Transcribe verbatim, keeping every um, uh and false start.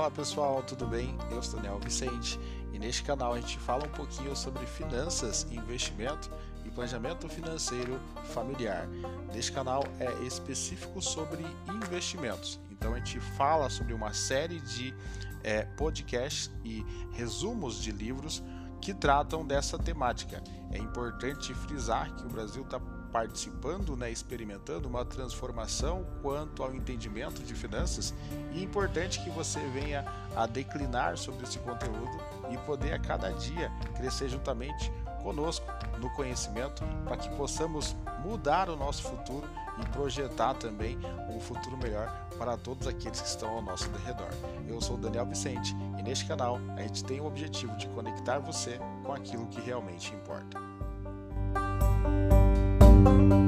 Olá pessoal, tudo bem? Eu sou Daniel Vicente e neste canal a gente fala um pouquinho sobre finanças, investimento e planejamento financeiro familiar. Neste canal é específico sobre investimentos, então a gente fala sobre uma série de é, podcasts e resumos de livros que tratam dessa temática. É importante frisar que o Brasil está participando, né, experimentando uma transformação quanto ao entendimento de finanças, e é importante que você venha a declinar sobre esse conteúdo e poder a cada dia crescer juntamente conosco no conhecimento, para que possamos mudar o nosso futuro e projetar também um futuro melhor para todos aqueles que estão ao nosso redor. Eu sou Daniel Vicente e neste canal a gente tem o objetivo de conectar você com aquilo que realmente importa.